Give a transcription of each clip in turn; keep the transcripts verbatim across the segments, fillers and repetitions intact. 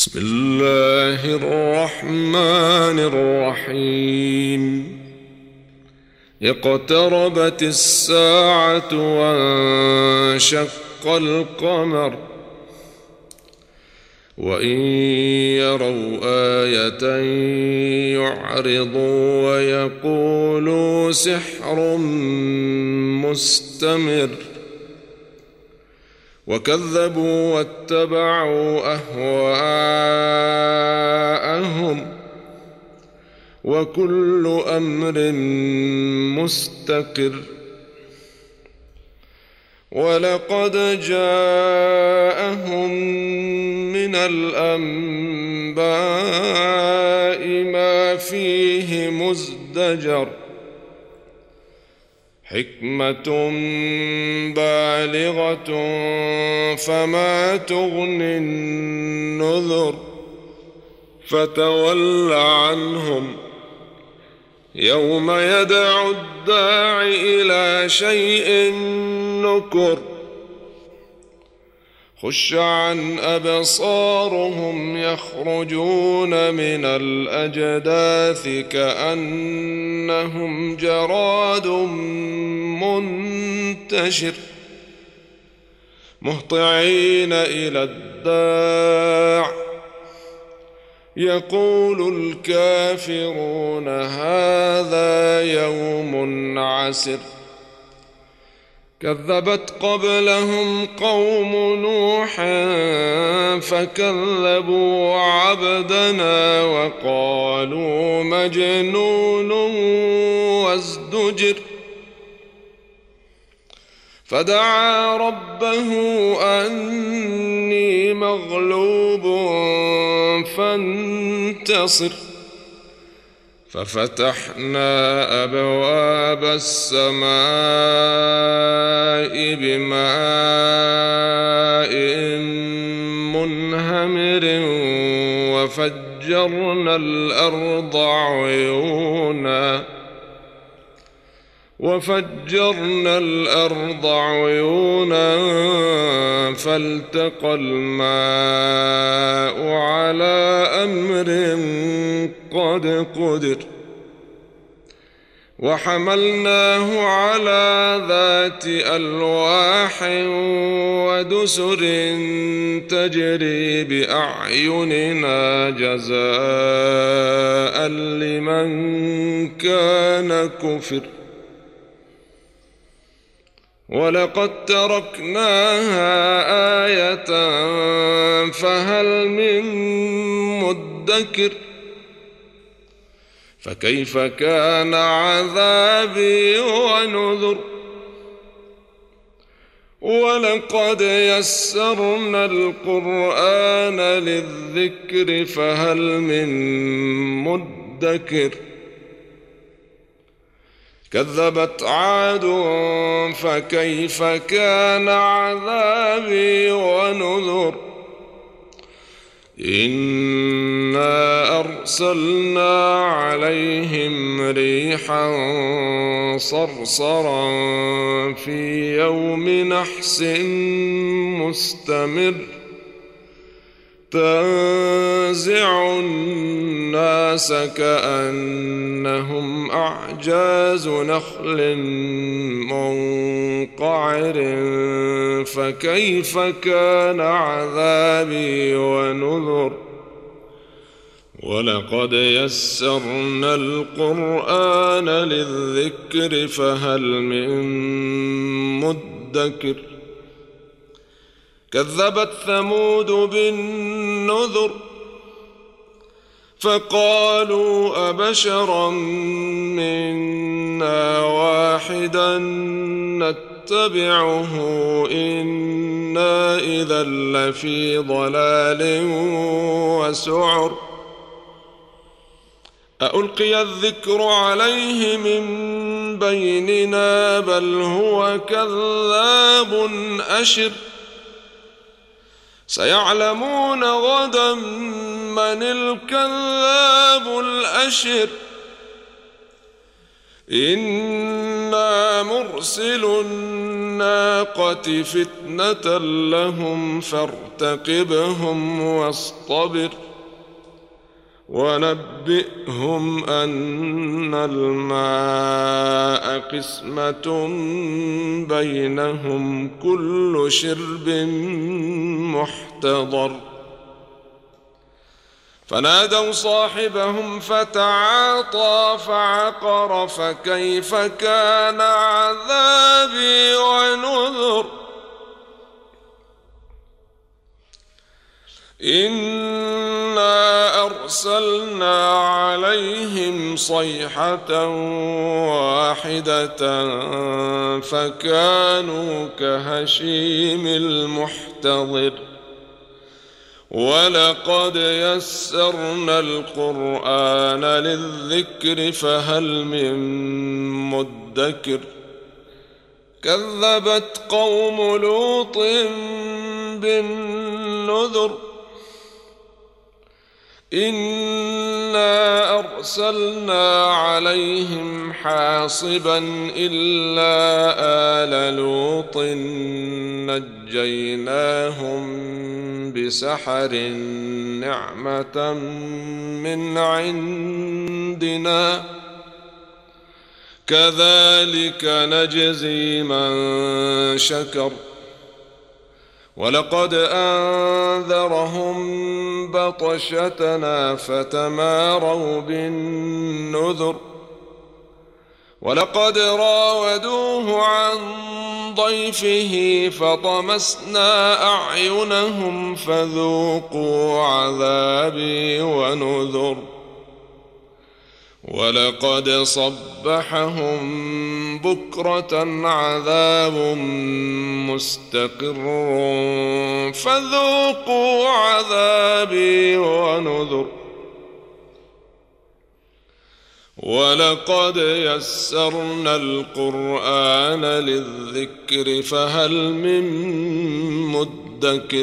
بسم الله الرحمن الرحيم. اقتربت الساعة وانشق القمر وإن يروا آية يعرضوا ويقولوا سحر مستمر وكذبوا واتبعوا أهواءهم وكل أمر مستقر. ولقد جاءهم من الأنباء ما فيه مزدجر حكمة بالغة فما تغني النذر. فتول عنهم يوم يدعو الداع إلى شيء نكر خش عن أبصارهم يخرجون من الأجداث كأنهم جراد منتشر مهطعين إلى الداع يقول الكافرون هذا يوم عسر. كذبت قبلهم قوم نوح فكذبوا عبدنا وقالوا مجنون وازدجر. فدعا ربه أني مغلوب فانتصر. ففتحنا أبواب السماء بماء منهمر وفجرنا الأرض عيونا وفجرنا الأرض عيونا فالتقى الماء على أمر قد قدر. وحملناه على ذات ألواح ودسر تجري بأعيننا جزاء لمن كان كفر. ولقد تركناها آية فهل من مدكر. فكيف كان عذابي ونذر. ولقد يسرنا القرآن للذكر فهل من مدكر. كذبت عاد فكيف كان عذابي ونذر. إنا أرسلنا عليهم ريحا صرصرا في يوم نحس مستمر تنزع الناس كأنهم أعجاز نخل منقعر. فكيف كان عذابي ونذر. ولقد يسرنا القرآن للذكر فهل من مدكر. كذبت ثمود بالنذر فقالوا أبشرا منا واحدا نتبعه إنا إذا لفي ضلال وسعر. ألقي الذكر عليه من بيننا بل هو كذاب أشر. سيعلمون غدا من الكذاب الأشر. إنا إنا مرسل الناقة فتنة لهم فارتقبهم واصطبر ونبئهم أن الماء قسمة بينهم كل شرب محتضر فنادوا صاحبهم فتعاطى فعقر فكيف كان عذابي ونذر إنا أرسلنا عليهم صيحة واحدة فكانوا كهشيم المحتضر ولقد يسرنا القرآن للذكر فهل من مدكر كذبت قوم لوط بالنذر إنا أرسلنا عليهم حاصبا إلا آل لوط نجيناهم بسحر نعمة من عندنا كذلك نجزي من شكر ولقد أنذرهم بطشتنا فتماروا بالنذر ولقد راودوه عن ضيفه فطمسنا أعينهم فذوقوا عذابي ونذر ولقد صبحهم بكرة عذاب مستقر فذوقوا عذابي ونذر ولقد يسرنا القرآن للذكر فهل من مدكر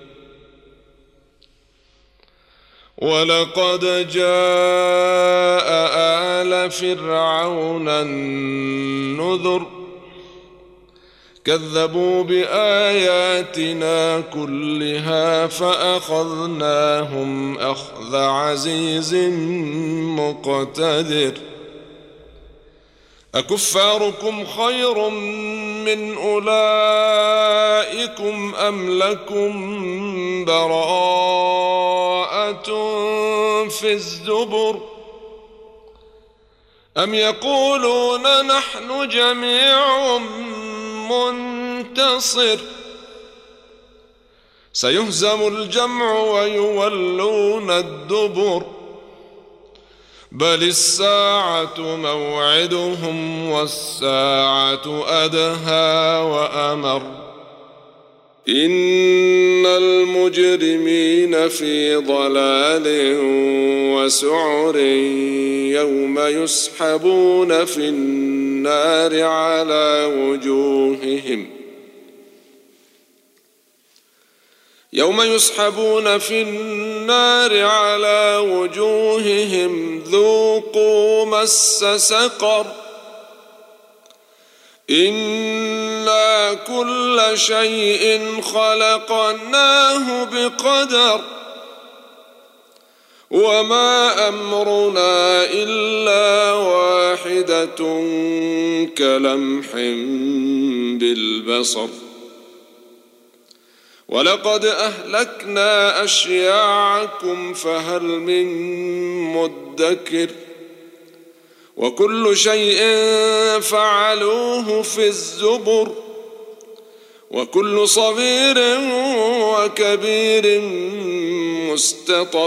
ولقد جاء آل فرعون النذر كذبوا بآياتنا كلها فأخذناهم أخذ عزيز مقتدر أكفاركم خير من أولئكم أم لكم براءة في الزبر أم يقولون نحن جميع منتصر سيهزم الجمع ويولون الدبر بل الساعة موعدهم والساعة أدهى وأمر إن المجرمين في ضلال وسعر يوم يسحبون في النار على وجوههم يوم يسحبون في النار على وجوههم ذوقوا مس سقر إنا كل شيء خلقناه بقدر وما أمرنا إلا واحدة كلمح بالبصر ولقد أهلكنا أشياعكم فهل من مدكر وكل شيء فعلوه في الزبر وكل صغير وكبير مستطر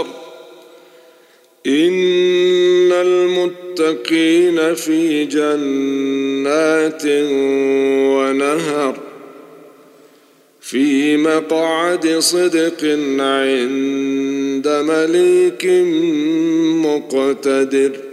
إن المتقين في جنات ونهر في مقعد صدق عند مليك مقتدر